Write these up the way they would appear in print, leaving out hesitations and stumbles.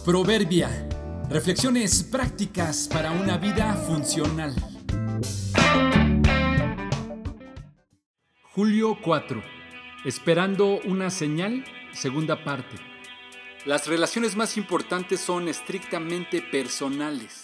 Proverbia. Reflexiones prácticas para una vida funcional. Julio 4. Esperando una señal, segunda parte. Las relaciones más importantes son estrictamente personales.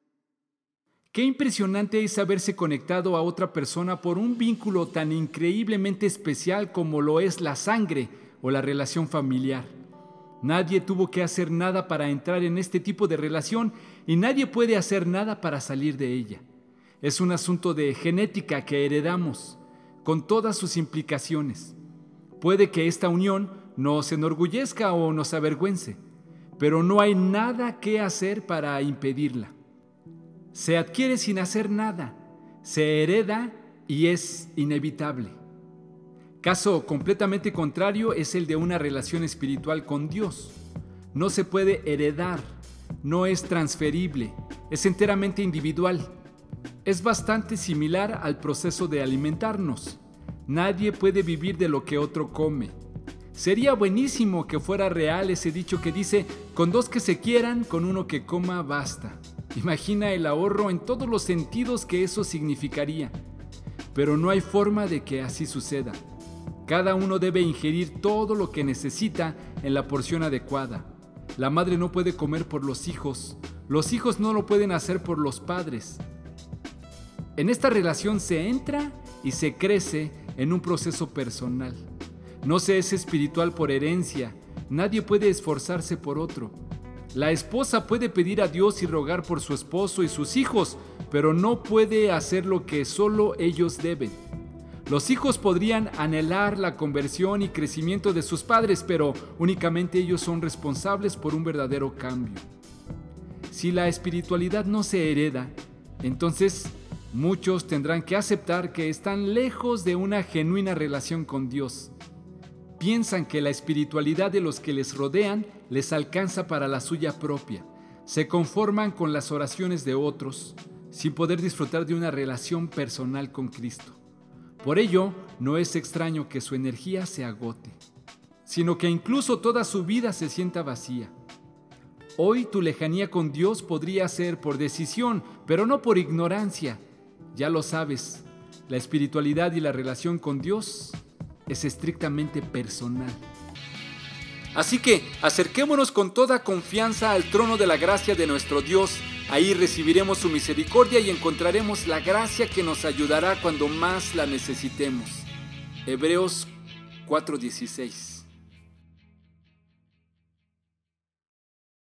Qué impresionante es haberse conectado a otra persona por un vínculo tan increíblemente especial como lo es la sangre o la relación familiar. Nadie tuvo que hacer nada para entrar en este tipo de relación y nadie puede hacer nada para salir de ella. Es un asunto de genética que heredamos, con todas sus implicaciones. Puede que esta unión nos enorgullezca o nos avergüence, pero no hay nada que hacer para impedirla. Se adquiere sin hacer nada, se hereda y es inevitable. Caso completamente contrario es el de una relación espiritual con Dios. No se puede heredar, no es transferible, es enteramente individual. Es bastante similar al proceso de alimentarnos. Nadie puede vivir de lo que otro come. Sería buenísimo que fuera real ese dicho que dice: con dos que se quieran, con uno que coma basta. Imagina el ahorro en todos los sentidos que eso significaría. Pero no hay forma de que así suceda. Cada uno debe ingerir todo lo que necesita en la porción adecuada. La madre no puede comer por los hijos no lo pueden hacer por los padres. En esta relación se entra y se crece en un proceso personal. No se es espiritual por herencia, nadie puede esforzarse por otro. La esposa puede pedir a Dios y rogar por su esposo y sus hijos, pero no puede hacer lo que solo ellos deben. Los hijos podrían anhelar la conversión y crecimiento de sus padres, pero únicamente ellos son responsables por un verdadero cambio. Si la espiritualidad no se hereda, entonces muchos tendrán que aceptar que están lejos de una genuina relación con Dios. Piensan que la espiritualidad de los que les rodean les alcanza para la suya propia. Se conforman con las oraciones de otros, sin poder disfrutar de una relación personal con Cristo. Por ello, no es extraño que su energía se agote, sino que incluso toda su vida se sienta vacía. Hoy tu lejanía con Dios podría ser por decisión, pero no por ignorancia. Ya lo sabes, la espiritualidad y la relación con Dios es estrictamente personal. Así que acerquémonos con toda confianza al trono de la gracia de nuestro Dios. Ahí recibiremos su misericordia y encontraremos la gracia que nos ayudará cuando más la necesitemos. Hebreos 4:16.